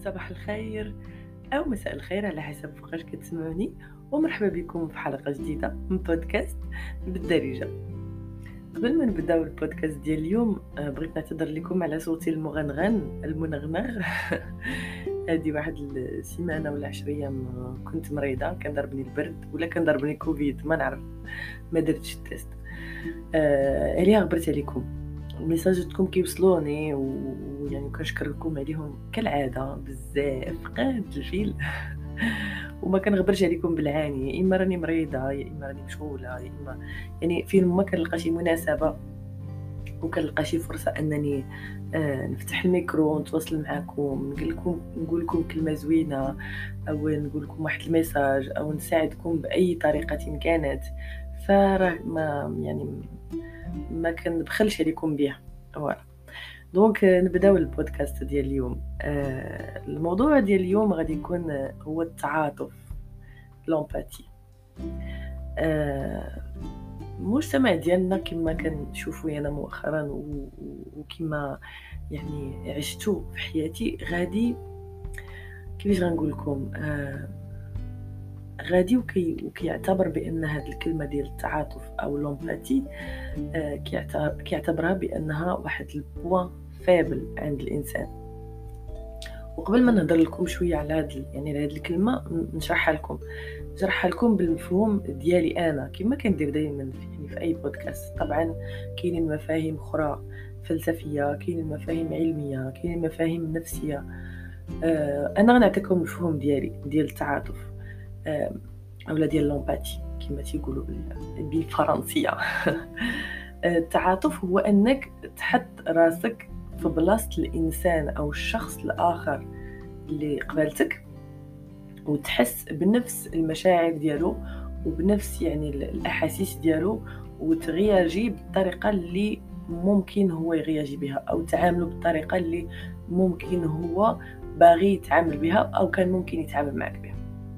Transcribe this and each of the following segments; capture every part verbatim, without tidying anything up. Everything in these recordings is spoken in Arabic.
صباح الخير أو مساء الخير على حسب فوقاش كتسمعوني، ومرحبا بكم في حلقة جديدة من بودكاست بالدارجة. قبل ما نبداو البودكاست ديال اليوم آه، بغيت نعتذر لكم على صوتي المغنغن المنغنغ. هذه واحد السيمانه ولا عشر ايام كنت مريضه، كان ضربني البرد ولا كان ضربني كوفيد، ما نعرف، ما درتش التيست. آه عليها غبرت عليكم، ميساجاتكم كيوصلوني ويعني كنشكركم عليهم كالعاده بزاف قاد الفيل. وما كنغبرش عليكم بالعاني، يا اما راني مريضه يا اما راني مشغوله يا اما يعني فين ما كنلقى شي مناسبه وكنلقى شي فرصه انني آه نفتح الميكرو ونتواصل معكم، نقول لكم نقول لكم كلمه زوينه او نقول لكم واحد الميساج او نساعدكم باي طريقه كانت، فراه ما يعني ما كنبخلش عليكم بها. فوالا دونك نبداو البودكاست ديال اليوم. آه الموضوع ديال اليوم غادي يكون آه، هو التعاطف، لومباتي. آه المجتمع ديالنا كما كنشوفوا انا مؤخرا و- و- وكما يعني عشتو في حياتي، غادي كيفاش غنقول لكم، آه غادي وكي وكيعتبر بان هذه الكلمه ديال التعاطف او لومباتي آه كيعت- كيعتبرها بانها واحد البوان فابل عند الانسان. وقبل ما نهضر لكم شويه على هذه يعني هذه الكلمه نشرحها لكم نشرحها لكم بالمفهوم ديالي انا كما كندير دائما في, يعني في اي بودكاست. طبعا كاينين مفاهيم اخرى فلسفيه، كاينين مفاهيم علميه، كاينين مفاهيم نفسيه. آه انا غنعطيكم المفهوم ديالي ديال التعاطف، آه اولا ديال لومباتي كما تيقولوا بال- بالفرنسيه. التعاطف هو انك تحط راسك في بلاصه الانسان او الشخص الاخر اللي قبلتك، وتحس بنفس المشاعر ديالو وبنفس يعني الاحاسيس ديالو، وترياجي بالطريقه اللي ممكن هو يرياجي بها، او تعامله بالطريقه اللي ممكن هو باغي يتعامل بها او كان ممكن يتعامل معك بها.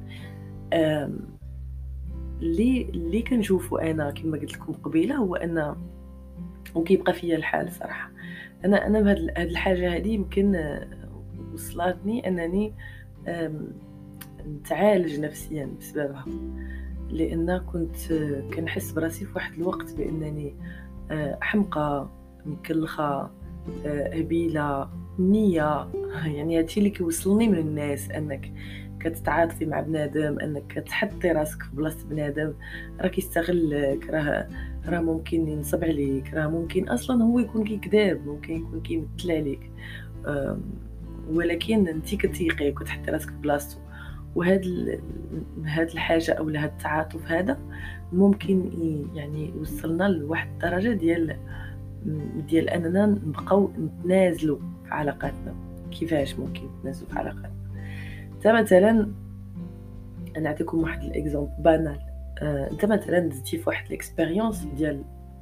أم، اللي اللي كنشوفه انا كما قلت لكم قبيله هو ان وكيبقى فيا الحال صراحه، انا انا بهاد هاد الحاجه هذه يمكن آه، وصلتني انني آم، نتعالج نفسيا بسببها، لان كنت آه، كنحس براسي في واحد الوقت بانني آه، حمقى، مكلخه، آه، هبيله، نيه. يعني هادشي اللي كيوصلني من الناس، انك كتتعاطفي مع بنادم، انك كتحطي راسك في بلاصه بنادم راه كيستغلك، راه راه ممكن ينصب عليك، راه ممكن اصلا هو يكون كيكذب، ممكن يكون كيمثل عليك، آم، ولكن انت كتيقي وكتحطي راسك في بلاصتو. وهاد ال- هاد الحاجه او هاد التعاطف هذا ممكن ي- يعني يوصلنا لواحد الدرجه ديال ديال اننا نبقاو نتنازلوا في علاقاتنا. كيفاش ممكن نتنازلوا في علاقاتنا؟ انت مثلا نعطيكم واحد الاكزامبل بانال. آه، انت مثلا دزتي في واحد الاكسبيريونس ديال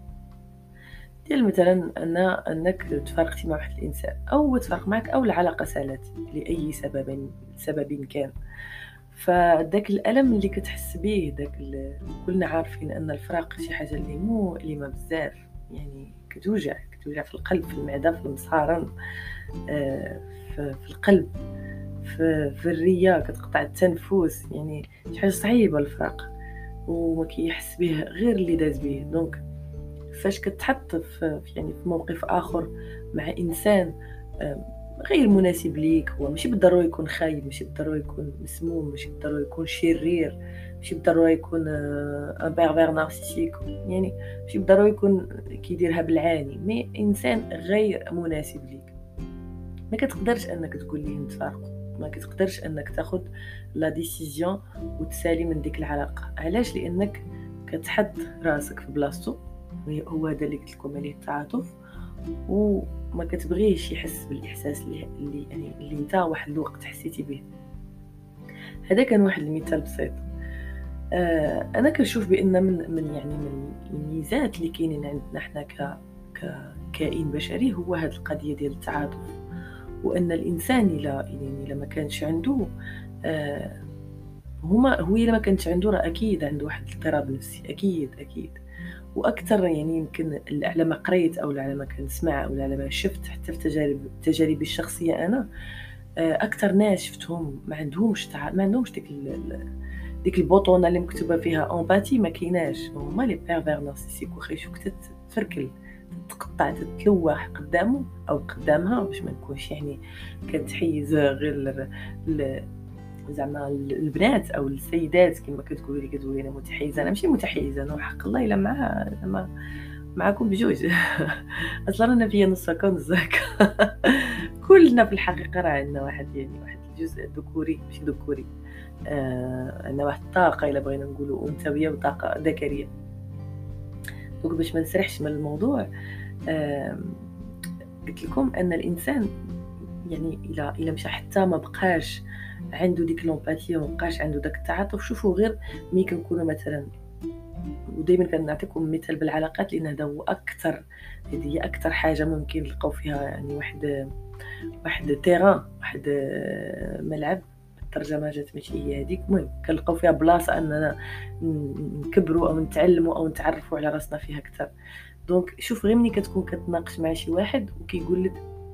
ديال مثلا ان انك تفارقتي مع واحد الانسان، او تفارق معك او العلاقه سالات لاي سبب سبب كان. فداك الالم اللي كتحس به، داك ال- كلنا عارفين ان الفراق شي حاجه اللي مؤلمه بزاف، يعني كتوجع كتوجع في القلب، في المعده، في المصارن، آه، في في القلب، في, في الريه، كتقطع التنفس، يعني شي حاجه صعيبه الفراق، وما كيحس به غير اللي داز به. دونك فاش كتحط في يعني في موقف اخر مع انسان آم، غير مناسب ليك، هو ماشي بالضروره يكون خايب، ماشي بالضروره يكون مسموم، ماشي بالضروره يكون شرير، ماشي بالضروره يكون ان بيرفير نارسيسيك، يعني ماشي بالضروره يكون كيديرها بالعاني، مي انسان غير مناسب ليك، ما كتقدرش انك تقول ليه نتفارقوا، ما كتقدرش انك تاخذ لا ديسيزيون وتسالي من ديك العلاقه. علاش؟ لانك كتحط راسك في بلاصتو، هو هذا اللي قلت لكم عليه التعاطف، وما كتبغيش يحس بالاحساس اللي اللي يعني اللي انت واحد الوقت حسيتي به. هذا كان واحد المثال بسيط. آه انا كنشوف بان من من يعني من الميزات اللي كاينين عندنا حنا ك ككائن بشري هو هذه القضيه ديال التعاطف، وان الانسان الا يعني الا ما كانش عنده آه هما هو الا ما كانش عنده راه اكيد عنده واحد الاضطراب نفسي، اكيد اكيد. واكثر يعني يمكن على ما قريت او على ما كنسمع او على ما شفت حتى في تجارب تجاربي الشخصيه انا، اكثر ناس شفتهم ما عندهمش تع... ما عندهمش ديك ال... ال- ديك البوطونه اللي مكتوبه فيها امباتي، ما كايناش. هما لي بيرفير نارسيسيك وخيشوك تتفركل، تتقطع، تتلوح قدامه او قدامها، باش ما نكونش يعني كتحيز غير ل... ل... زعما البنات او السيدات كما كتقولي لي كتقولي انا متحيزه. انا ماشي متحيزه، انا وحق الله الا مع زعما معاكم بجوج. اصلا انا فيا نص هكا ونص هكا. كلنا في الحقيقه راه عندنا واحد يعني واحد الجزء ذكوري ماشي ذكوري، آه عندنا واحد الطاقه الا بغينا نقولوا انثويه وطاقه ذكريه. دونك باش ما نسرحش من الموضوع، آه قلت لكم ان الانسان يعني الى الى مشى حتى ما بقاش عنده ديك لومباتيا، ما بقاش عنده داك التعاطف. شوفوا غير ملي كنكونوا مثلا، ودائما كنعطيكم مثال بالعلاقات لان هذا هو اكثر، هذه هي اكثر حاجه ممكن نلقاو فيها يعني واحد واحد تيران، واحد ملعب. الترجمه جات ماشي هي هذيك، المهم كنلقاو فيها بلاصه اننا نكبروا او نتعلموا او نتعرفوا على راسنا فيها اكثر. دونك شوف غير ملي كتكون كتناقش مع شي واحد وكيقول لك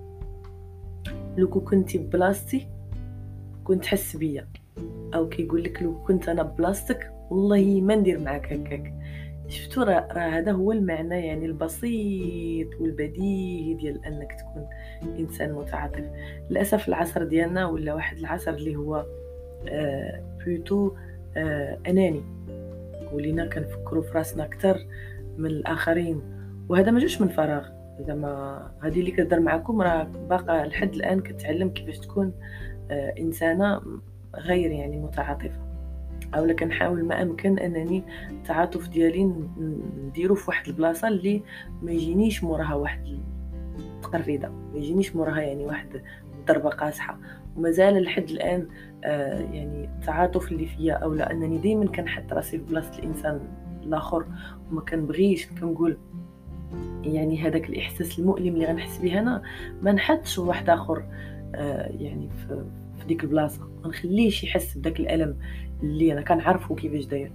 لو كنتي ببلاصتي كنت تحس بيا، او كيقول لك لو كنت انا بلاصتك والله ما ندير معاك هكاك. شفتوا راه هذا هو المعنى يعني البسيط والبديهي ديال انك تكون انسان متعاطف. للاسف العصر ديالنا ولا واحد العصر اللي هو آه بلوتو آه اناني، ولينا كنفكروا في راسنا اكثر من الاخرين. وهذا ما جاش من فراغ، زعما هذه اللي كدر معكم راه باقا لحد الان كتعلم كيفاش تكون آه انسانه غير يعني متعاطفه. او لكن نحاول ما امكن انني التعاطف ديالي نديرو في واحد البلاصه اللي ما يجينيش موراها واحد التقرفيده، ما يجينيش موراها يعني واحد ضربه قاصحه. ومازال لحد الان آه يعني التعاطف اللي فيا او لا انني دائما كنحط راسي في بلاصه الانسان الاخر وما كنبغيش كنقول يعني هذاك الاحساس المؤلم اللي غنحس به انا ما نحطش واحد اخر آه يعني في في ديك البلاصه، ما نخليش يحس بداك الالم اللي انا كنعرفه كيفاش داير.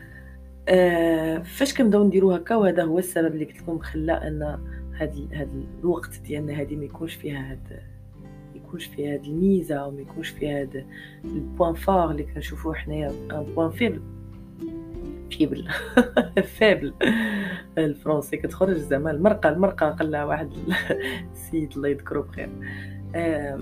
آه فاش كنبداو نديرو هكا، وهذا هو السبب اللي قلت لكم خلى ان هاد هاد الوقت ديالنا هادي ما يكونش فيها هاد يكونش فيها هاد الميزه وما يكونش فيها هاد البوان فور اللي كنشوفوه حنايا ان بوان فيبل فيبل فابل الفرنسي كتخرج زعما المرقه المرقه قالها واحد السيد الله يذكره بخير. آه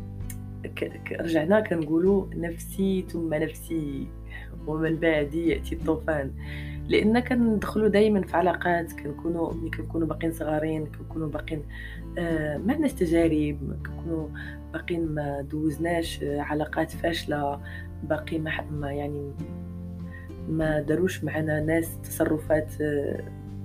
رجعنا كنقولوا نفسي ثم نفسي ومن بعدي ياتي الطوفان، لان كندخلوا دائما في علاقات كنكونوا ملي كنكونوا باقيين صغارين، كنكونوا باقيين آه ما عندناش تجارب، كنكونوا باقيين ما دوزناش علاقات فاشله، باقي ما, ما يعني ما داروش معنا ناس تصرفات آه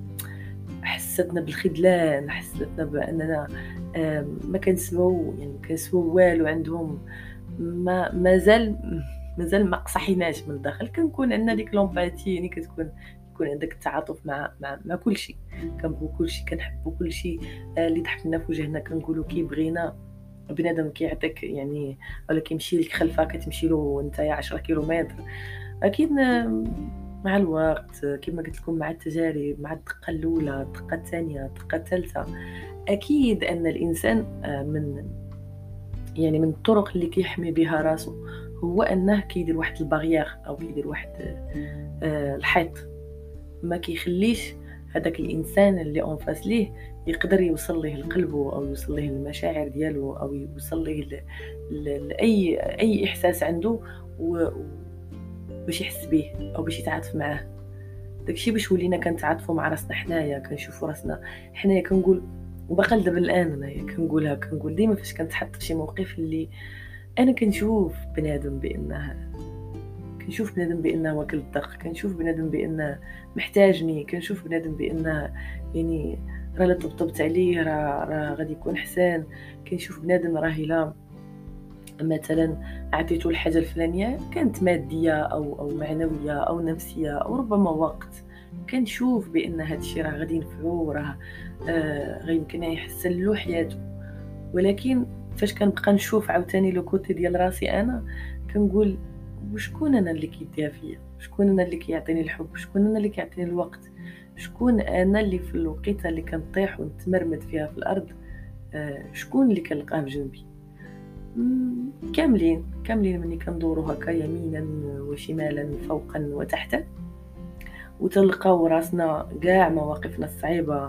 حسيتنا بالخذلان، حسيتنا باننا ما كنسواو يعني ما كنسواو والو عندهم، ما مازال مازال ما قصحيناش من الداخل. كنكون عندنا ديك لومباتي يعني كتكون يكون عندك التعاطف مع مع, مع كل شيء، كنبغوا كل شيء، كنحبوا كل شيء. آه اللي ضحك لنا في وجهنا كنقولوا كيبغينا. بنادم كيعطيك يعني ولا كيمشي لك خلفه كتمشي له نتايا عشرة كيلومتر. اكيد مع الوقت كما قلت لكم مع التجارب، مع الدقه الاولى، الدقه الثانيه، الدقه الثالثه، اكيد ان الانسان من يعني من الطرق اللي كيحمي بها راسه هو انه كيدير واحد الباريير او كيدير واحد الحيط، ما كيخليش هذاك الانسان اللي اون فاس ليه يقدر يوصل ليه لقلبه او يوصل ليه المشاعر ديالو او يوصل ليه لاي اي احساس عنده باش يحس به او باش يتعاطف معاه. داكشي باش ولينا كنتعاطفوا مع راسنا حنايا، كنشوفوا راسنا حنايا. كنقول وباقا دابا الان انايا كنقولها كنقول ديما فاش كنتحط في شي موقف اللي انا كنشوف بنادم بانه كنشوف بنادم بانه واكل الضغط، كنشوف بنادم بانه محتاجني، كنشوف بنادم بانه يعني راه لا طبطبت عليه راه راه غادي يكون حسان، كنشوف بنادم راه الا مثلا عطيته الحاجه الفلانيه كانت ماديه او او معنويه او نفسيه او ربما وقت، كنشوف بان هذا الشيء راه غادي ينفعو، راه آه غيمكن يحسن له حياته. ولكن فاش كنبقى نشوف عاوتاني لو كوتي ديال راسي انا كنقول وشكون انا اللي كيديها فيا، شكون انا اللي كيعطيني الحب، شكون انا اللي كيعطيني الوقت، شكون انا اللي في الوقيته اللي كنطيح ونتمرمد فيها في الارض آه شكون اللي كنلقاه بجنبي. كاملين كاملين مني كندورو هكا يمينا وشمالا فوقا وتحتا وتلقاو راسنا كاع مواقفنا الصعيبه،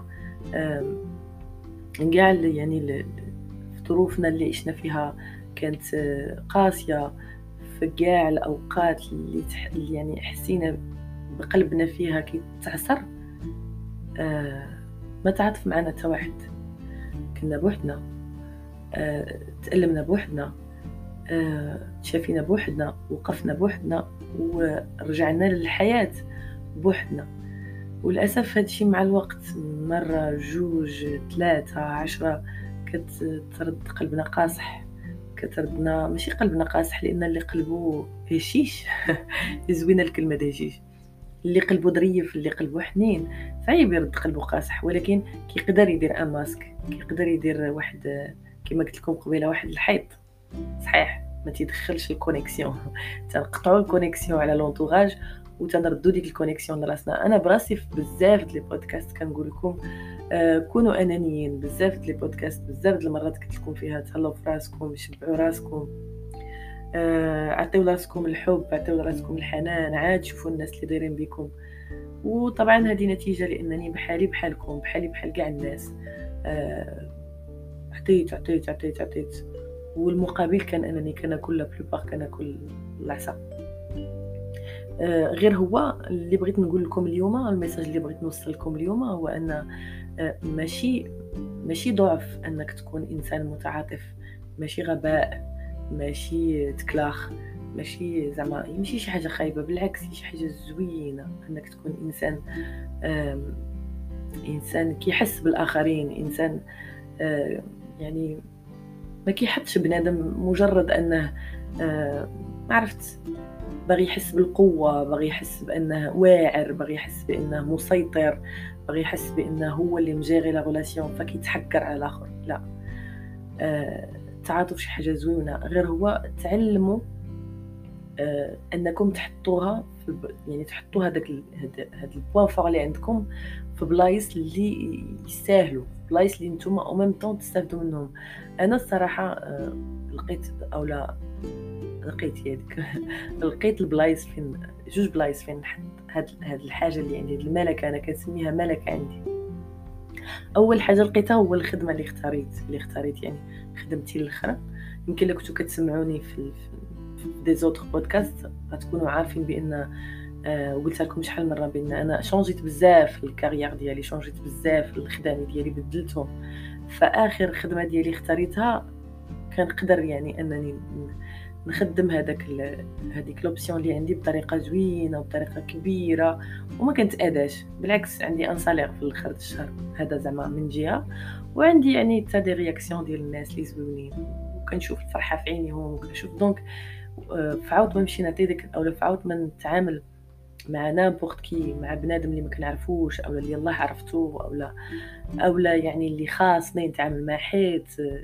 كاع يعني ظروفنا اللي عشنا فيها كانت قاسيه، في كاع الاوقات اللي, تح... اللي يعني حسينا بقلبنا فيها كيتعصر، آه ما تعاطف معنا حتى واحد. كنا بوحدنا، آه تألمنا بوحدنا، آه تشافينا بوحدنا، وقفنا بوحدنا، ورجعنا للحياة بوحدنا. وللأسف هادشي مع الوقت مرة جوج ثلاثة عشرة كترد قلبنا قاصح، كتردنا ماشي قلبنا قاصح لأن اللي قلبو هشيش زوينة الكلمة هشيش، اللي قلبو ظريف اللي قلبو حنين صعيب يرد قلبو قاصح، ولكن كيقدر يدير ان ماسك، كيقدر يدير واحد كما قلت لكم قبيله واحد الحيط صحيح ما تيدخلش الكونيكسيون تنقطعوا الكونيكسيون على لونطوراج وتنردوا ديك الكونيكسيون لراسنا. انا براسي في بزاف ديال لي بودكاست كنقول لكم آه كونوا انانيين، بزاف ديال لي بودكاست بزاف ديال المرات قلت لكم فيها تهلاو في راسكم، شبعوا راسكم، آه عطيو راسكم الحب، عطيو راسكم الحنان، عاد شوفوا الناس اللي دايرين بكم. وطبعا هذه نتيجه لانني بحالي بحالكم، بحالي بحال كاع الناس، آه عطيت عطيت عطيت عطيت والمقابل كان انني كناكل لا بلوبار كناكل العصا. آه غير هو اللي بغيت نقول لكم اليوم، الميساج اللي بغيت نوصل لكم اليوم هو ان آه ماشي ماشي ضعف انك تكون انسان متعاطف، ماشي غباء، ماشي تكلاخ، ماشي زعما ماشي شي حاجه خايبه، بالعكس شي حاجه زوينه انك تكون انسان انسان كيحس بالاخرين، انسان يعني ما كيحطش بنادم مجرد انه ما عرفت باغي يحس بالقوه، باغي يحس بانه واعر، باغي يحس بانه مسيطر، باغي يحس بانه هو اللي مجاري لا ريلاسيون فكيتحكر على الاخر. لا، التعاطف شي حاجه زوينه، غير هو تعلموا آه انكم تحطوها في يعني تحطوا هذاك هذا البوان فور اللي عندكم في بلايص اللي يستاهلوا، بلايص اللي نتوما او ميم طون تستافدوا منهم. انا الصراحه آه لقيت او لا لقيت يدك لقيت البلايص فين جوج بلايص فين نحط هاد هاد الحاجه اللي عندي، الملكه انا كنسميها ملكه عندي. اول حاجه لقيتها هو الخدمه اللي اختاريت اللي اختاريت يعني خدمتي الاخرى. يمكن لو كنتو كتسمعوني في دي زوتر بودكاست غتكونوا عارفين بان آه وقلت لكم شحال مره بان انا شونجيت بزاف الكارير ديالي، شونجيت بزاف الخدمه ديالي بدلتهم. فاخر خدمه ديالي اختاريتها كنقدر يعني انني نخدم هذاك هذيك لوبسيون اللي عندي بطريقه زوينه وبطريقه كبيره وما كنتاداش، بالعكس عندي ان سالير في الاخر الشهر، هذا زعما من جهه، وعندي يعني حتى دي رياكسيون ديال الناس اللي زوينين وكنشوف الفرحه في عينيهم وكنشوف. دونك فعاود ما نمشي نعطي ديك اولا فعاود ما نتعامل مع نامبورت كي مع بنادم اللي ما كنعرفوش اولا اللي الله عرفتو اولا اولا يعني اللي خاصني نتعامل مع حيت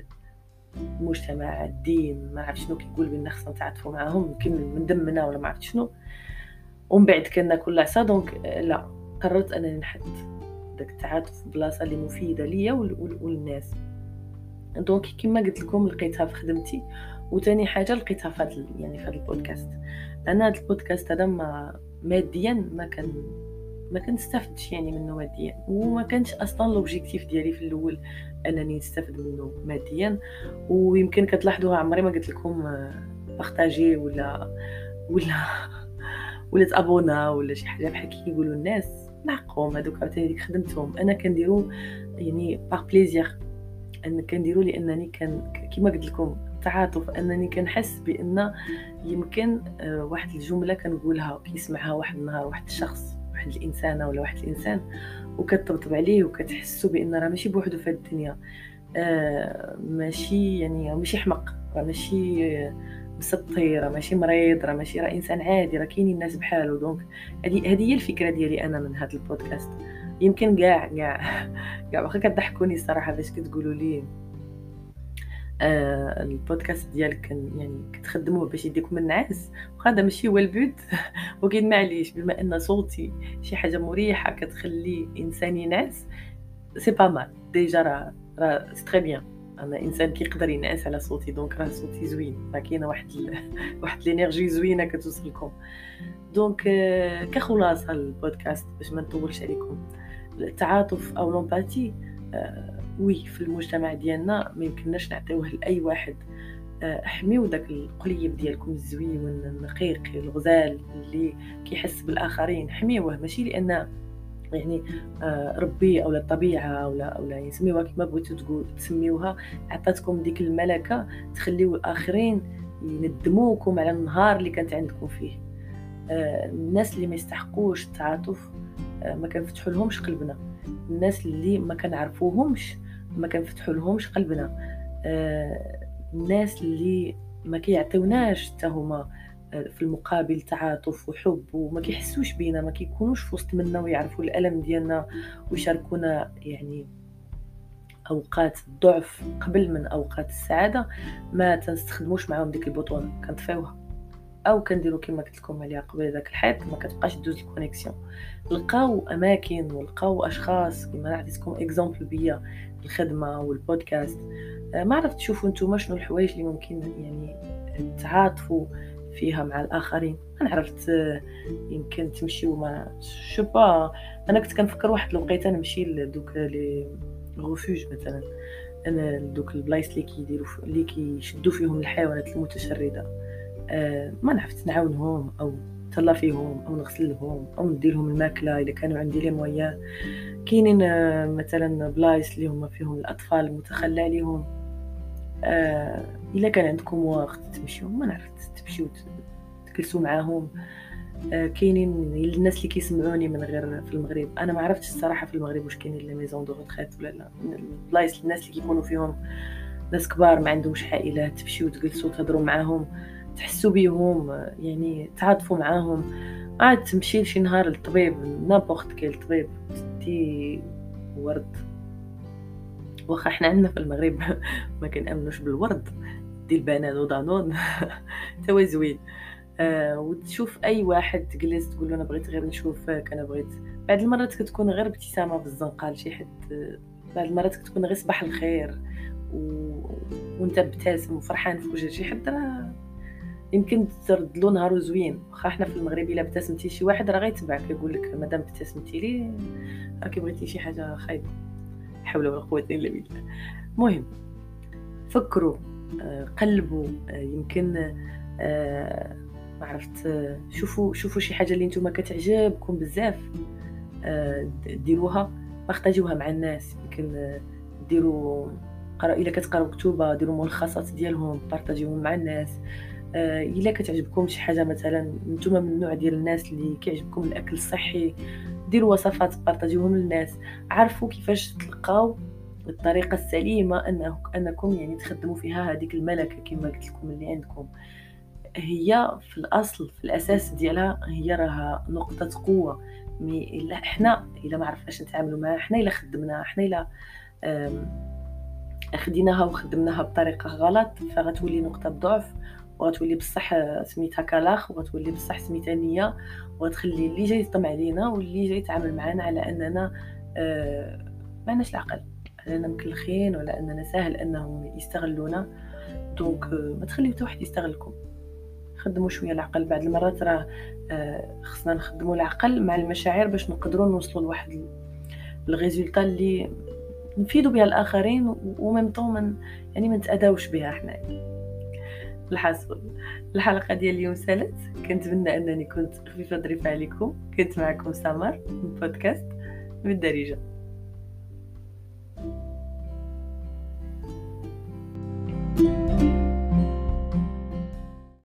المجتمع الدين ما عرف شنو كيقول بان خصنا نتعاطفوا معاهم يمكن من دمنا ولا ما عرفت شنو، ومن بعد كنا كل عصا. دونك لا، قررت انني نحط داك التعاطف في بلاصه اللي مفيده ليا وللناس. دونك كما قلت لكم لقيتها في خدمتي، وثاني حاجه لقيتها في هذا يعني في هذا البودكاست. انا هذا البودكاست هذا ما ماديا ما كان ما كنستافدش يعني منه ماديا، وما كانش اصلا لوبجيكتيف ديالي في الاول انني نستافد منه ماديا. ويمكن كتلاحظوها عمري ما قلت لكم بارطاجي ولا ولا ولا تابونا ولا شي حاجه بحال كي يقولوا الناس نعقهم هذوك عاوتاني ديك خدمتهم. انا كنديرو يعني باغ بليزير، ان كنديرو لانني كان كما قلت لكم التعاطف، انني كنحس بان يمكن واحد الجمله كنقولها كيسمعها واحد النهار واحد الشخص واحد الانسانه ولا واحد الانسان وكتطبطب عليه وكتحسوا بان راه ماشي بوحدو في الدنيا، آه ماشي يعني ماشي حمق، راه ماشي مسطي، راه ماشي مريض، راه ماشي راه انسان عادي، راه كاينين الناس بحاله. دونك هذه هذه هي الفكره ديالي انا من هذا البودكاست. يمكن كاع كاع كاع واخا كتضحكوني الصراحه باش كتقولوا لي آه البودكاست ديالك كان يعني كتخدموه باش يديكم النعاس، وهذا ماشي هو البوت ولكن معليش بما ان صوتي شي حاجه مريحه كتخلي انسان ينعس سي با مال ديجا، راه راه سي تري بيان. انا انسان كيقدر ينعس على صوتي، دونك راه صوتي زوين، راه كاينه واحد ال... واحد الانرجي زوينه كتوصل لكم. دونك آه، كخلاصه البودكاست باش ما نطولش عليكم، التعاطف او لومباتي آه، وي في المجتمع ديالنا ما يمكنناش نعطيوه لاي واحد. آه، حميو داك القليب ديالكم الزوين النقيق الغزال اللي كيحس بالاخرين، حميوه، ماشي لان يعني آه، ربي او الطبيعه او لا او لا يسميوها كما بغيتو تقول تسميوها، عطاتكم ديك الملكه تخليو الاخرين يندموكم على النهار اللي كانت عندكم فيه. آه، الناس اللي ما يستحقوش التعاطف آه، ما كنفتحوا لهمش قلبنا، الناس اللي ما كنعرفوهمش ما كنفتحوا لهمش قلبنا، آه، الناس اللي ما كيعطيوناش حتى هما في المقابل تعاطف وحب وما كيحسوش بينا، ما كيكونوش في وسط منا ويعرفوا الالم ديالنا ويشاركونا يعني اوقات الضعف قبل من اوقات السعاده، ما تنستخدموش معاهم ديك البطونه، كنطفيوها او كنديروا كما قلت لكم عليها قبل داك الحيط، ما كتبقاش دوز الكونيكسيون. لقاو اماكن ولقاو اشخاص كما عطيتكم اكزامبل بيا الخدمه والبودكاست. ما عرفت تشوفوا نتوما شنو الحوايج اللي ممكن يعني تعاطفوا فيها مع الاخرين. انا عرفت يمكن تمشيو ما شوبا، انا كنت كنفكر واحد الوقيته نمشي لدوك لي غوفوج مثلا، انا دوك البلايص اللي كيديروا اللي كيشدوا فيهم الحيوانات المتشرده، أه ما نعرفت نعاونهم او نتهلا فيهم او نغسل لهم او ندير لهم الماكله اذا كانوا عندي لي مويان. كاينين أه مثلا بلايص اللي هما فيهم الاطفال المتخلى عليهم، أه الا كان عندكم وقت تمشيو ما نعرفت تمشيو تجلسوا معاهم. أه كاينين الناس اللي كيسمعوني من غير في المغرب، انا ما عرفتش الصراحه في المغرب واش كاينين لي ميزون دو ريتريت ولا لا، البلايص الناس اللي كيكونوا فيهم ناس كبار ما عندهمش عائلات، تمشيو تجلسوا تهضروا معاهم تحسوا بيهم يعني تعاطفوا معاهم. عاد تمشي لشي نهار للطبيب نابورت كيل طبيب تدي ورد، واخا حنا عندنا في المغرب ما كنامنوش بالورد، دي البنان ودانون توا زوين. آه وتشوف اي واحد تجلس تقول له انا بغيت غير نشوفك، انا بغيت. بعد المرات كتكون غير ابتسامه في الزنقه لشي حد، بعد المرات كتكون غير صباح الخير و... وانت مبتسم وفرحان في وجه شي حد، راه يمكن ترد له نهار زوين. واخا حنا في المغرب الا ابتسمتي شي واحد راه غيتبعك يقول لك مادام ابتسمتي لي راكي بغيتي شي حاجه خايبه، لا حول ولا قوه الا بالله. المهم فكروا آه قلبوا آه يمكن آه ما عرفت آه شوفوا شوفوا شي حاجه اللي نتوما كتعجبكم بزاف آه ديروها، بارطاجيوها مع الناس. يمكن آه ديروا قرا الا كتقراو كتوبه ديروا ملخصات ديالهم بارطاجيوهم مع الناس. آه الا كتعجبكم شي حاجه مثلا نتوما من النوع ديال الناس اللي كيعجبكم الاكل الصحي، ديروا وصفات بارطاجيوهم للناس. عرفوا كيفاش تلقاو الطريقه السليمه انه انكم يعني تخدموا فيها هذيك الملكه كما قلت لكم اللي عندكم. هي في الاصل في الاساس ديالها هي راها نقطه قوه، مي الا احنا الا ما عرفناش نتعاملوا معها، احنا الا خدمناها احنا الا خديناها وخدمناها بطريقه غلط فغتولي نقطه ضعف، وغتولي بصح سميتها كلاخ، وغتولي بصح سميتها نيه، وغتخلي اللي جاي يطمع علينا واللي جاي يتعامل معنا على اننا آه ما عندناش العقل، اننا مكلخين ولا اننا سهل انهم يستغلونا. دونك آه ما تخليو حتى واحد يستغلكم، خدموا شويه العقل. بعد المرات راه آه خصنا نخدموا العقل مع المشاعر باش نقدروا نوصلوا لواحد الريزولطا اللي نفيدوا بها الاخرين وميم طون من يعني ما نتاداوش بها حنا. الحاصل الحلقه ديال اليوم سالت، كنتمنى انني كنت خفيفه ظريفه عليكم. كنت معكم سمر من بودكاست من الدارجه.